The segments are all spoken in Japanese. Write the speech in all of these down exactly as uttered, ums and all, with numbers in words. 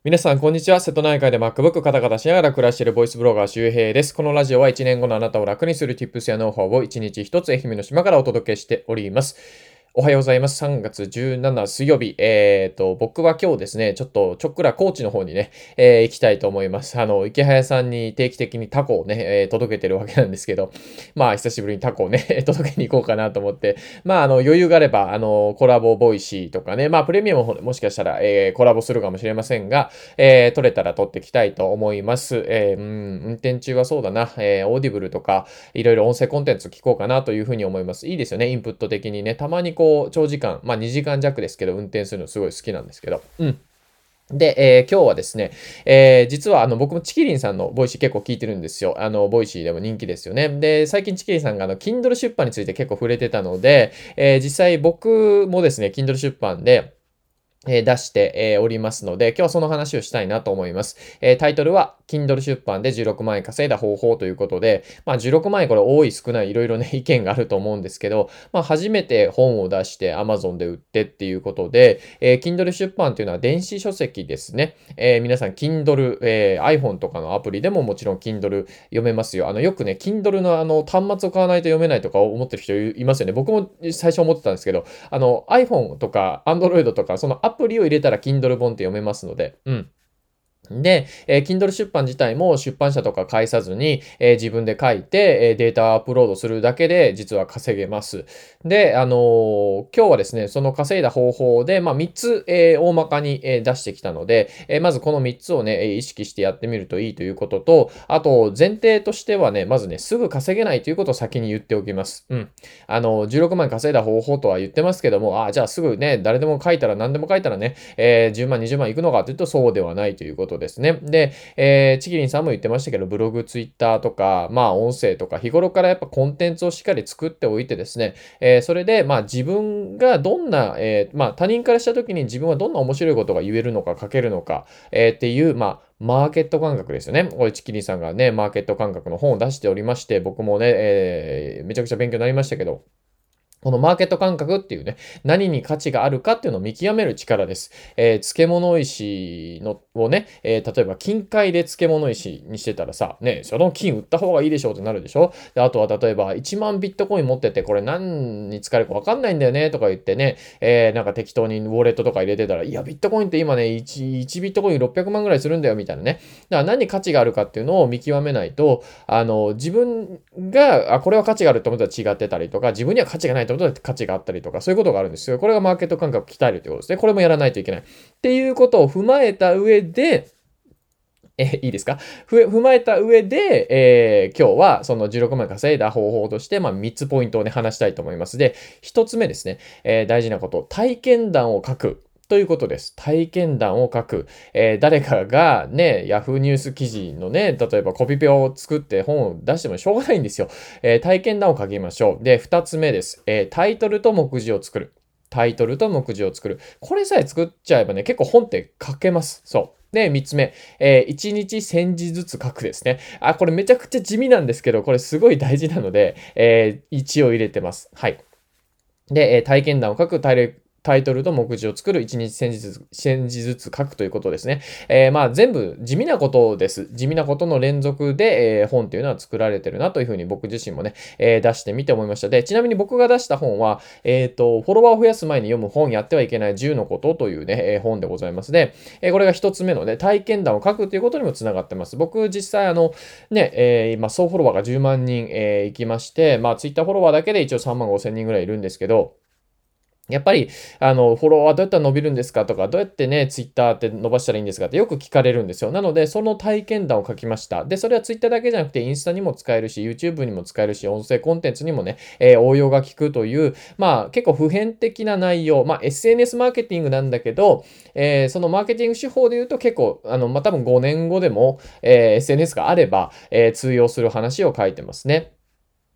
皆さん、こんにちは。瀬戸内海で MacBook カタカタしながら暮らしているボイスブロガー周平です。このラジオはいちねんごのあなたを楽にする Tips やノウハウをいちにちひとつ愛媛の島からお届けしております。おはようございます。さんがつじゅうしちにち水曜日。えーと、僕は今日ですね、ちょっとちょっくら高知の方にね、えー行きたいと思います。あの、池早さんに定期的にタコをね、えー届けてるわけなんですけど、まあ、久しぶりにタコをね、届けに行こうかなと思って、まあ、あの、余裕があれば、あの、コラボボイシーとかね、まあ、プレミアムももしかしたら、えーコラボするかもしれませんが、えー、撮れたら撮っていきたいと思います。えー、うん、運転中はそうだな、えー、オーディブルとか、いろいろ音声コンテンツ聞こうかなというふうに思います。いいですよね、インプット的にね。たまにこう、長時間、まあにじかん弱ですけど、運転するのすごい好きなんですけど。うん。で、えー今日はですね、えー実はあの僕もチキリンさんのボイシー結構聞いてるんですよ。あの、ボイシーでも人気ですよね。で、最近チキリンさんがあの、Kindle 出版について結構触れてたので、えー実際僕もですね、Kindle 出版で、えー出して、えーおりますので、今日はその話をしたいなと思います。えータイトルは、Kindle 出版でじゅうろくまん円稼いだ方法ということで、まあじゅうろくまん円これ多い少ないいろいろね、意見があると思うんですけど、まあ初めて本を出して Amazon で売ってっていうことで、えー Kindle 出版というのは電子書籍ですね。えー皆さん Kindle、えー iPhone とかのアプリでももちろん Kindle 読めますよ。あの、よくね、Kindle のあの、端末を買わないと読めないとか思ってる人いますよね。僕も最初思ってたんですけど、あの、iPhone とか Android とか、そのアプリを入れたら Kindle 本って読めますので、うん。で、えー Kindle 出版自体も出版社とか介さずに、えー自分で書いて、えーデータアップロードするだけで実は稼げます。で、あのー今日はですね、その稼いだ方法で、まあ、みっつ、えー大まかに、えー出してきたので、えーまずこのみっつをね、えー意識してやってみるといいということと、あと、前提としてはね、まずね、すぐ稼げないということを先に言っておきます。うん。あの、じゅうろくまん稼いだ方法とは言ってますけども、あ、じゃあすぐね、誰でも書いたら何でも書いたらね、えーじゅうまん、にじゅうまんいくのかというとそうではないということですね。で、えーチキリンさんも言ってましたけど、ブログ、ツイッターとか、まあ音声とか、日頃からやっぱコンテンツをしっかり作っておいてですね、えーそれで、まあ自分がどんな、えーまあ他人からした時に自分はどんな面白いことが言えるのか、書けるのか、えーっていう、まあマーケット感覚ですよね。これチキリンさんがね、マーケット感覚の本を出しておりまして、僕もね、えーめちゃくちゃ勉強になりましたけど、このマーケット感覚っていうね、何に価値があるかっていうのを見極める力です。えー漬物石のをね、えー例えば金塊で漬物石にしてたらさ、ね、その金売った方がいいでしょうってなるでしょ。で、あとは例えばいちまんビットコイン持ってて、これ何に使えるかわかんないんだよねとか言ってね、えーなんか適当にウォレットとか入れてたら、いや、ビットコインって今ね、いち、いちビットコインろっぴゃくまんぐらいするんだよみたいなね。だから何に価値があるかっていうのを見極めないと、あの、自分が、あ、これは価値があると思ったら違ってたりとか、自分には価値がないと思ったら価値があったりとか、そういうことがあるんですよ。これがマーケット感覚を鍛えるということですね。これもやらないといけない。っていうことを踏まえた上で、え、いいですかふ踏まえた上で、えー今日はそのじゅうろくまん稼いだ方法として、まあ、みっつポイントをね、話したいと思います。で、ひとつめですね、えー大事なこと、体験談を書く。ということです。体験談を書く。えー誰かがね、ヤフーニュース記事のね、例えばコピペを作って本を出してもしょうがないんですよ。えー体験談を書きましょう。で、ふたつめです。えータイトルと目次を作る。タイトルと目次を作る。これさえ作っちゃえばね、結構本って書けます。そう。で、みっつめ、えー、いちにちせんじずつ書くですね。あ、これめちゃくちゃ地味なんですけど、これすごい大事なので、えー、いちを入れてます。はい。で、えー体験談を書く、タイタイトルと目次を作る、いちにちせんじずつ、せんじずつ書くということですね。えーまあ全部地味なことです。地味なことの連続で、えー本っていうのは作られてるなというふうに僕自身もね、えー出してみて思いました。で、ちなみに僕が出した本は、えっと、フォロワーを増やす前に読む本やってはいけないじゅうのことというね、えー本でございます。で、えーこれが一つ目のね、体験談を書くということにもつながってます。僕実際あの、ね、えー今総フォロワーがじゅうまんにん、えー行きまして、まあツイッターフォロワーだけで一応さんまんごせんにんぐらいいるんですけど、やっぱり、あの、フォロワーどうやったら伸びるんですかとか、どうやってね、ツイッターって伸ばしたらいいんですかってよく聞かれるんですよ。なので、その体験談を書きました。で、それはツイッターだけじゃなくて、インスタにも使えるし、YouTube にも使えるし、音声コンテンツにもね、えー応用が効くという、まあ、結構普遍的な内容、まあ、エスエヌエス マーケティングなんだけど、えーそのマーケティング手法で言うと結構、あの、まあ、多分ごねんごでも、えー エスエヌエス があれば、えー通用する話を書いてますね。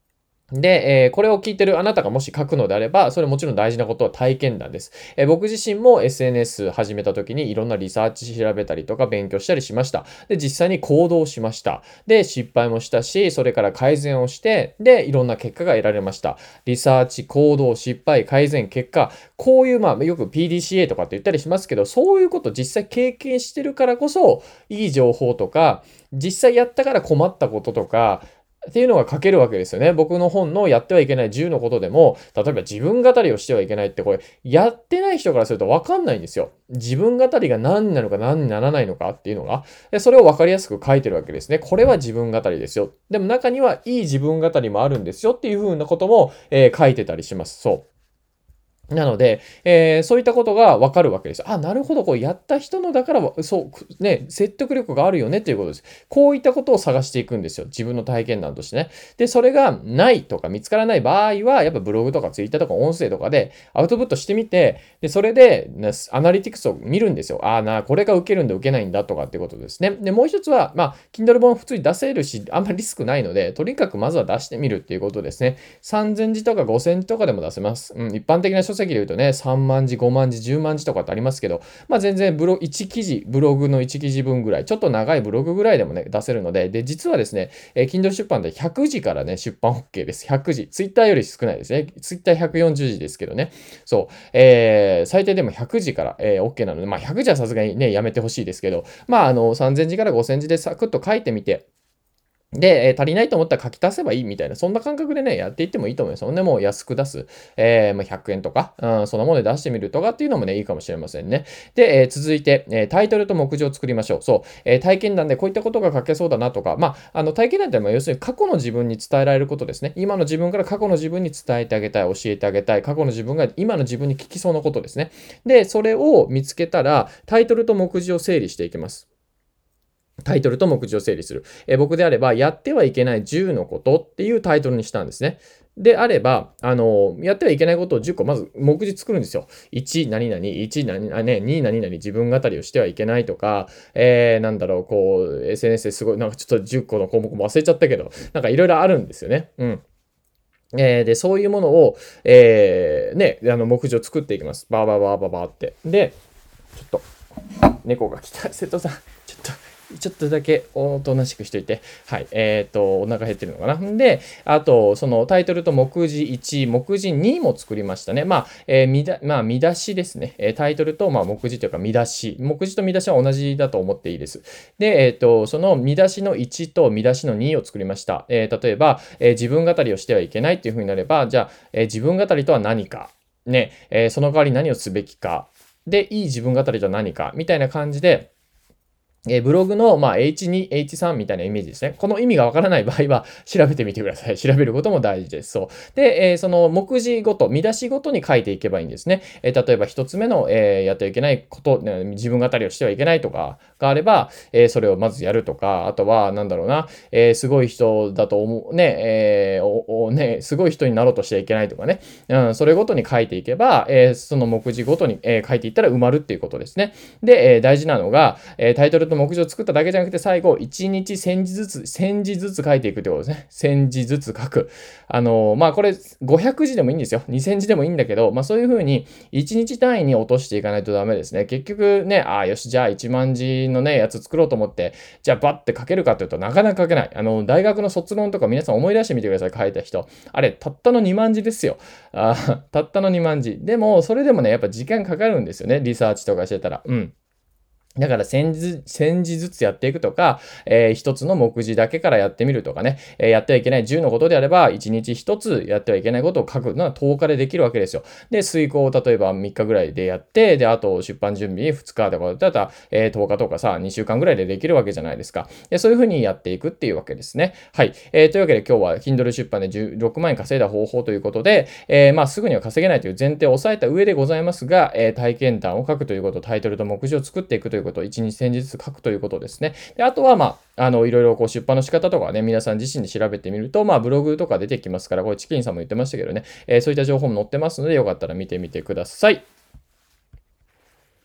で、えーこれを聞いてるあなたがもし書くのであれば、それもちろん大事なことは体験談です。えー僕自身も エスエヌエス 始めた時にいろんなリサーチ調べたりとか勉強したりしました。で、実際に行動しました。で、失敗もしたし、それから改善をして、で、いろんな結果が得られました。リサーチ、行動、失敗、改善、結果、こういう、まあ、よく ピーディーシーエー とかって言ったりしますけど、そういうこと実際経験してるからこそ、いい情報とか、実際やったから困ったこととか、っていうのが書けるわけですよね。僕の本のやってはいけないじゅうのことでも、例えば自分語りをしてはいけないってこれ、やってない人からするとわかんないんですよ。自分語りが何なのか何にならないのかっていうのが。でそれをわかりやすく書いてるわけですね。これは自分語りですよ。でも中にはいい自分語りもあるんですよっていう風なことも、えー書いてたりします。そう。なので、えーそういったことがわかるわけです。あ、なるほど、こうやった人のだから、そう、ね、説得力があるよねっていうことです。こういったことを探していくんですよ。自分の体験談としてね。で、それがないとか見つからない場合は、やっぱブログとかツイッターとか音声とかでアウトプットしてみて、で、それで、ねアナリティクスを見るんですよ。ああな、これが受けるんだ、受けないんだとかっていうことですね。で、もう一つは、まあ、Kindle 本普通に出せるし、あんまりリスクないので、とにかくまずは出してみるっていうことですね。さんぜんじとかごせんじとかでも出せます。うん、一般的な書籍で言うとね、さんまんじ、ごまんじ、じゅうまんじとかってありますけど、まあ全然ブロ、いち記事、ブログのいち記事分ぐらい、ちょっと長いブログぐらいでもね、出せるので、で、実はですね、えー Kindle 出版でひゃくじからね、出版 OK です。ひゃくじ。Twitter より少ないですね。Twitterひゃくよんじゅうじですけどね。そう。えー、最低でもひゃくじから、えー OK なので、まあひゃくじはさすがにね、やめてほしいですけど、まああの、さんぜんじからごせんじでサクッと書いてみて、で、えー足りないと思ったら書き足せばいいみたいな、そんな感覚でね、やっていってもいいと思います。そんでもう安く出す。えーまあ、ひゃくえんとか、うん、そんなもので出してみるとかっていうのもね、いいかもしれませんね。で、えー続いて、えータイトルと目次を作りましょう。そう、えー体験談でこういったことが書けそうだなとか、まあ、あの、体験談ってまあ要するに過去の自分に伝えられることですね。今の自分から過去の自分に伝えてあげたい、教えてあげたい、過去の自分が今の自分に聞きそうなことですね。で、それを見つけたら、タイトルと目次を整理していきます。タイトルと目次を整理する。えー僕であれば、やってはいけないじゅうのことっていうタイトルにしたんですね。であれば、あのーやってはいけないことをじゅっこ、まず目次作るんですよ。いち、何々、いち、何々、ね、に、何々、自分語りをしてはいけないとか、えー、なんだろう、こう、エスエヌエス ですごい、なんかちょっとじゅっこの項目も忘れちゃったけど、なんかいろいろあるんですよね。うん。えーで、そういうものを、えーね、あの、目次を作っていきます。バーバーバーバーバーって。で、ちょっと、猫が来た。瀬戸さん、ちょっと、ちょっとだけおとなしくしといて。はい。えっ、と、お腹減ってるのかな。んで、あと、そのタイトルと目次いち、目次にも作りましたね。まあ、えー見だ、まあ、見出しですね。えータイトルと、まあ、目次というか見出し。目次と見出しは同じだと思っていいです。で、えっ、と、その見出しのいちと見出しのにを作りました。えー例えば、えー自分語りをしてはいけないっていうふうになれば、じゃあ、えー自分語りとは何か。ね、えーその代わり何をすべきか。で、いい自分語りとは何かみたいな感じで、えーブログの、まあ、エイチツー、エイチスリー みたいなイメージですね。この意味がわからない場合は調べてみてください。調べることも大事です。そう。で、えーその目次ごと、見出しごとに書いていけばいいんですね。えー例えば一つ目の、えーやってはいけないこと、ね自分語りをしてはいけないとかがあれば、えーそれをまずやるとか、あとは、なんだろうな、えーすごい人だと思う、ね、えーおおね、すごい人になろうとしちゃいけないとかね、うん、それごとに書いていけば、えーその目次ごとに、えー書いていったら埋まるっていうことですね。で、えー大事なのが、えータイトルと目次を作っただけじゃなくて、最後、いちにちせんじずつ、せんじずつ書いていくってことですね。せんじずつ書く。あのーまあ、これ、ごひゃくじでもいいんですよ。にせんじでもいいんだけど、まあ、そういうふうに、いちにち単位に落としていかないとダメですね。結局ね、ああ、よし、じゃあいちまんじのね、やつ作ろうと思って、じゃあバッて書けるかっていうとなかなか書けない。あの、大学の卒論とか皆さん思い出してみてください、書いた人。あれ、たったのにまんじですよ。あたったのにまんじ。でも、それでもね、やっぱ時間かかるんですよね。リサーチとかしてたら。うん。だから1000字、千字ずつやっていくとか、えー、一つの目次だけからやってみるとかね、えーやってはいけないじゅうのことであれば、いちにちひとつやってはいけないことを書くのはとおかでできるわけですよ。で、遂行を例えばみっかぐらいでやって、で、あと出版準備ふつかとかだったら、えーとおかとかさ、にしゅうかんぐらいでできるわけじゃないですか。でそういうふうにやっていくっていうわけですね。はい。えーというわけで今日は Kindle 出版でじゅうろくまん円稼いだ方法ということで、えーまあすぐには稼げないという前提を押さえた上でございますが、えー体験談を書くということ、タイトルと目次を作っていくということ、いちにちせんじずつ書くということですね。であとは、まあ、あの、いろいろこう出版の仕方とかね、皆さん自身で調べてみると、まあ、ブログとか出てきますから、これチキンさんも言ってましたけどね、えーそういった情報も載ってますので、よかったら見てみてください。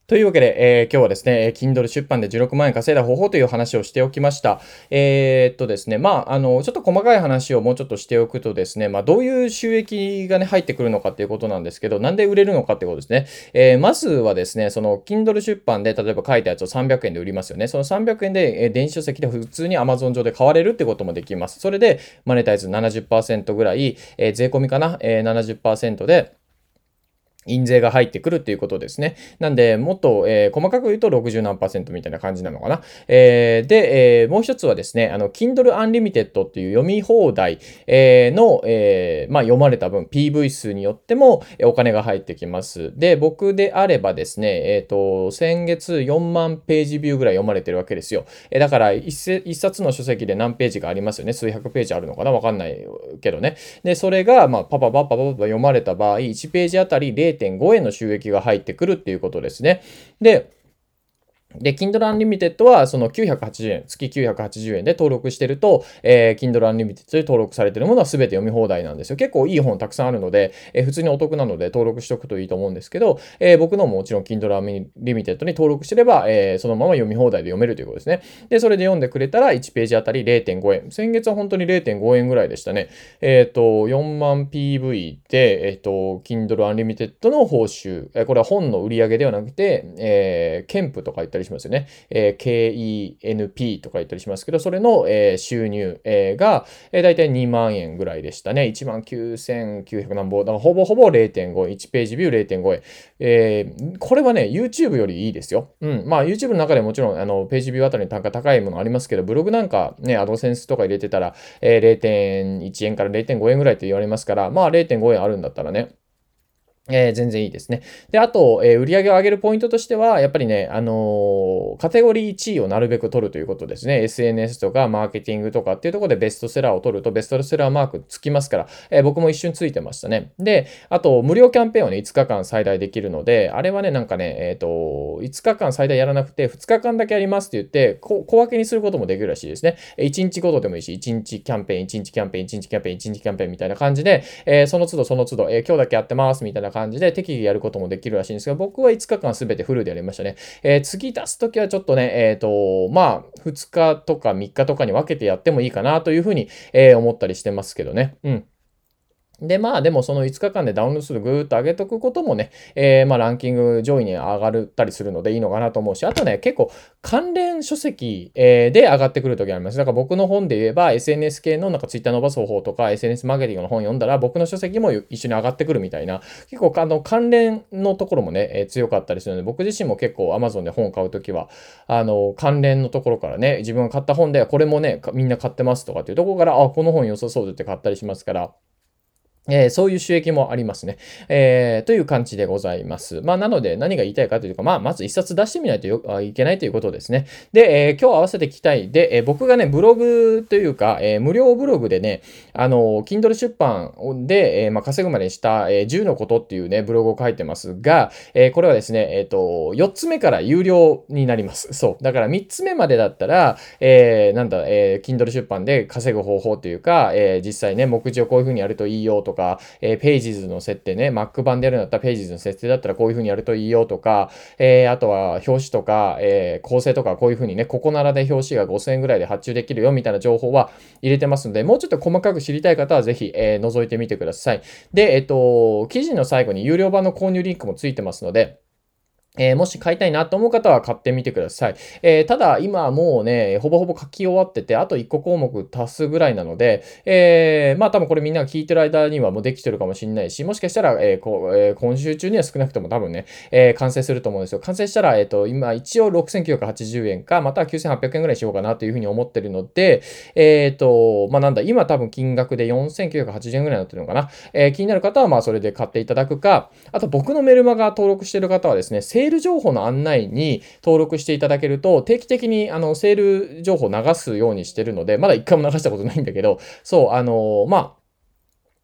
というわけで、えー今日はですね、えー Kindle 出版でじゅうろくまん円稼いだ方法という話をしておきました。えーっとですね、まあ、あの、ちょっと細かい話をもうちょっとしておくとですね、まあ、どういう収益がね、入ってくるのかっていうことなんですけど、なんで売れるのかっていうことですね。えーまずはですね、その Kindle 出版で、例えば書いたやつをさんびゃくえんで売りますよね。そのさんびゃくえんで、えー電子書籍で普通に Amazon 上で買われるってこともできます。それで、マネタイズななじゅっパーセントぐらい、えー税込みかな、えーななじゅっパーセントで、印税が入ってくるっていうことですね。なんで、もっと、えー細かく言うとろくじゅう何パーセントみたいな感じなのかな。えーで、えーもう一つはですね、あの、Kindle Unlimited っていう読み放題、えーの、えーまあ、読まれた分、ピーブイ 数によってもえーお金が入ってきます。で、僕であればですね、えっと、先月よんまんページビューぐらい読まれてるわけですよ。えーだから一せ、一冊の書籍で何ページがありますよね。数百ページあるのかなわかんないけどね。で、それが、まあ、パパパパパパ読まれた場合、いちページあたりれいてんごえんの収益が入ってくるっていうことですね。で、で、Kindle Unlimited はそのきゅうひゃくはちじゅうえん、月きゅうひゃくはちじゅうえんで登録してると、えー Kindle Unlimited で登録されてるものは全て読み放題なんですよ。結構いい本たくさんあるので、えー普通にお得なので登録しておくといいと思うんですけど、えー僕のももちろん Kindle Unlimited に登録してれば、えーそのまま読み放題で読めるということですね。で、それで読んでくれたらいちページあたりれいてんごえん。先月は本当にれいてんごえんぐらいでしたね。えっと、よんまんピーブイ で、えっと、Kindle Unlimited の報酬。えーこれは本の売り上げではなくて、えー、ケンプとか言ったりしますよね。えー ケーイーエヌピー とか言ったりしますけど、それの、えー収入、えーが、えー、だいたいにまん円ぐらいでしたね。いちまんきゅうせんきゅうひゃく何ぼ。だからほぼほぼれいてんご、いちページビューれいてんごえん。えーこれはね、YouTube よりいいですよ。うん。まあ YouTube の中でもちろん、あの、ページビューあたりに単価高いものありますけど、ブログなんかね、アドセンスとか入れてたら、えーれいてんいちえんかられいてんごえんぐらいと言われますから、まあれいてんごえんあるんだったらね、えー全然いいですね。で、あと、えー売り上げを上げるポイントとしては、やっぱりね、あのーカテゴリーいちいをなるべく取るということですね。エスエヌエス とかマーケティングとかっていうところでベストセラーを取るとベストセラーマークつきますから、えー僕も一瞬ついてましたね。で、あと、無料キャンペーンをね、いつかかん最大できるので、あれはね、なんかね、えっと、いつかかん最大やらなくて、ふつかかんだけやりますって言って、こ小分けにすることもできるらしいですね。いちにちごとでもいいし、いちにちキャンペーン、いちにちキャンペーン、いちにちキャンペーン、いちにちキャンペーンみたいな感じで、えーその都度その都度、えー今日だけやってますみたいな感じで適宜やることもできるらしいんですが、僕はいつかかんすべてフルでやりましたね。えー次出すときはちょっとね、えっと、まあ、ふつかとかみっかとかに分けてやってもいいかなというふうに、えー思ったりしてますけどね。うん。で、まあでもそのいつかかんでダウンロード数ぐーっと上げとくこともね、えー、まあランキング上位に上がったりするのでいいのかなと思うし、あとね、結構関連書籍、えーで上がってくるときあります。だから僕の本で言えば エスエヌエス 系のなんか Twitter 伸ばす方法とか エスエヌエス マーケティングの本読んだら僕の書籍も一緒に上がってくるみたいな、結構あの関連のところもね、えー強かったりするので、僕自身も結構 Amazon で本買うときは、あの関連のところからね、自分が買った本でこれもね、みんな買ってますとかっていうところから、あ、この本良さそうでって買ったりしますから、えーそういう収益もありますね。えーという感じでございます。まあ、なので何が言いたいかというか、まあ、まず一冊出してみないとよあいけないということですね。で、えー今日合わせて聞きたい。で、えー僕がね、ブログというか、えー無料ブログでね、あの、Kindle 出版で、えーまあ、稼ぐまでにした、えーじゅうのことっていうね、ブログを書いてますが、えーこれはですね、えっと、よっつめから有料になります。そう。だからみっつめまでだったら、えーなんだ、えー Kindle 出版で稼ぐ方法というか、えー実際ね、目次をこういう風にやるといいよとか、えー、ページズの設定ね、Mac 版でやるんだったらページズの設定だったらこういう風にやるといいよとか、えーあとは表紙とか、えー構成とかこういう風にね、ここならで表紙がごせんえんぐらいで発注できるよみたいな情報は入れてますので、もうちょっと細かく知りたい方はぜひ、えー覗いてみてください。で、えっと、記事の最後に有料版の購入リンクもついてますので、えーもし買いたいなと思う方は買ってみてください。えーただ、今はもうね、ほぼほぼ書き終わってて、あといっこ項目足すぐらいなので、えーまあ多分これみんなが聞いてる間にはもうできてるかもしれないし、もしかしたら、えーこうえー今週中には少なくとも多分ね、えー完成すると思うんですよ。完成したら、えっ、と、今一応ろくせんきゅうひゃくはちじゅうえんか、またはきゅうせんはっぴゃくえんぐらいしようかなというふうに思ってるので、えっ、と、まあなんだ、今多分金額でよんせんきゅうひゃくはちじゅうえんぐらいになってるのかな。えー気になる方は、まあそれで買っていただくか、あと僕のメルマガ登録している方はですね、セール情報の案内に登録していただけると、定期的にあのセール情報を流すようにしてるので、まだ一回も流したことないんだけど、そう、あのまあ、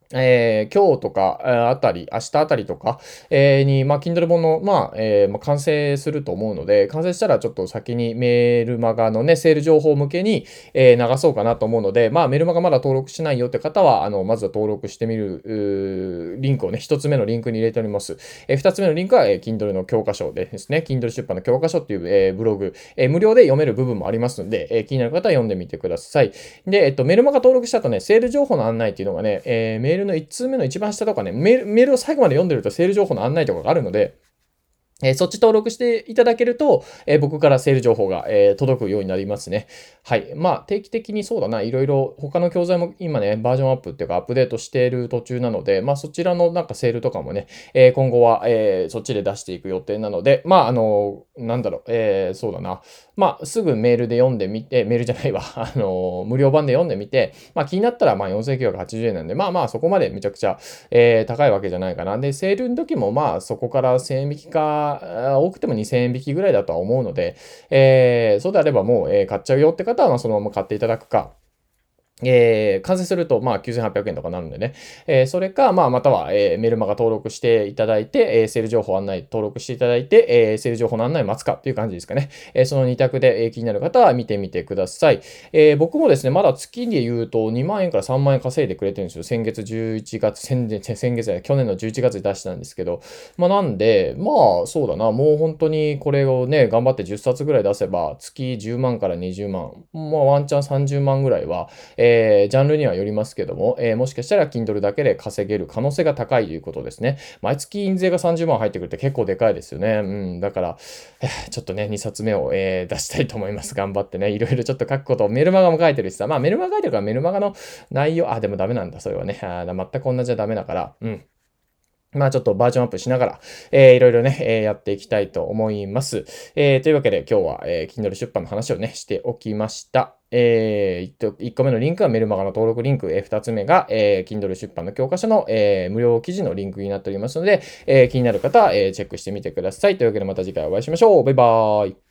えー今日とか、ああたり、明日あたりとか、えーに、まあ、Kindle 本の、まあ、えーまあ、完成すると思うので、完成したらちょっと先にメールマガのね、セール情報向けに、えー流そうかなと思うので、まあ、メルマガまだ登録しないよって方は、あの、まずは登録してみる、うーリンクをね、一つ目のリンクに入れております。えー二つ目のリンクは、えー Kindle の教科書でですね、Kindle 出版の教科書っていう、えーブログ、えー無料で読める部分もありますので、えー気になる方は読んでみてください。で、えっと、メルマガ登録したとね、セール情報の案内っていうのがね、えーメールのいち通目の一番下とかね、メールメールを最後まで読んでるとセール情報の案内とかがあるので、えーそっち登録していただけると、えー僕からセール情報が、えー届くようになりますね。はい。まあ、定期的にそうだな、いろいろ他の教材も今ね、バージョンアップっていうかアップデートしている途中なので、まあそちらのなんかセールとかもね、えー今後は、えーそっちで出していく予定なので、まああの、なんだろう、えーそうだな。まあすぐメールで読んでみて、メールじゃないわ、あの、無料版で読んでみて、まあ気になったらまあよんせんきゅうひゃくはちじゅうえんなんで、まあまあそこまでめちゃくちゃ、えー高いわけじゃないかな。で、セールの時もまあそこからせんえん引きか、あ多くてもにせんえん引きぐらいだとは思うので、えーそうであればもう、えー買っちゃうよって方は、まあそのまま買っていただくか、えー、完成すると、まあ、きゅうせんはっぴゃくえんとかなるんでね。えー、それか、まあ、または、えー、メルマガ登録していただいて、えー、セール情報案内登録していただいて、えー、セール情報の案内を待つかっていう感じですかね。えー、そのに択で、えー、気になる方は見てみてください。えー、僕もですね、まだ月で言うとにまん円からさんまん円稼いでくれてるんですよ。先月じゅういちがつ、先月、先月じゃない、去年のじゅういちがつに出したんですけど、まあ、なんで、まあ、そうだな、もう本当にこれをね、頑張ってじゅっさつぐらい出せば、月じゅうまんからにじゅうまん、まあ、ワンチャンさんじゅうまんぐらいは、えージャンルにはよりますけども、えーもしかしたら Kindle だけで稼げる可能性が高いということですね。毎月印税がさんじゅうまん入ってくるって結構でかいですよね。うん、だから、えーちょっとね、にさつめを、えー出したいと思います。頑張ってね、いろいろちょっと書くことをメルマガも書いてるしさ、まあメルマガ書いてるからメルマガの内容、あ、でもダメなんだ、それはね。あー全く同じじゃダメだから、うん。まあちょっとバージョンアップしながら、えーいろいろね、えーやっていきたいと思います。えーというわけで今日は、えー Kindle 出版の話をね、しておきました。えー、いっこめのリンクはメルマガの登録リンク、えー、ふたつめが、えー Kindle 出版の教科書の、えー無料記事のリンクになっておりますので、えー気になる方は、えーチェックしてみてください。というわけでまた次回お会いしましょう。バイバーイ。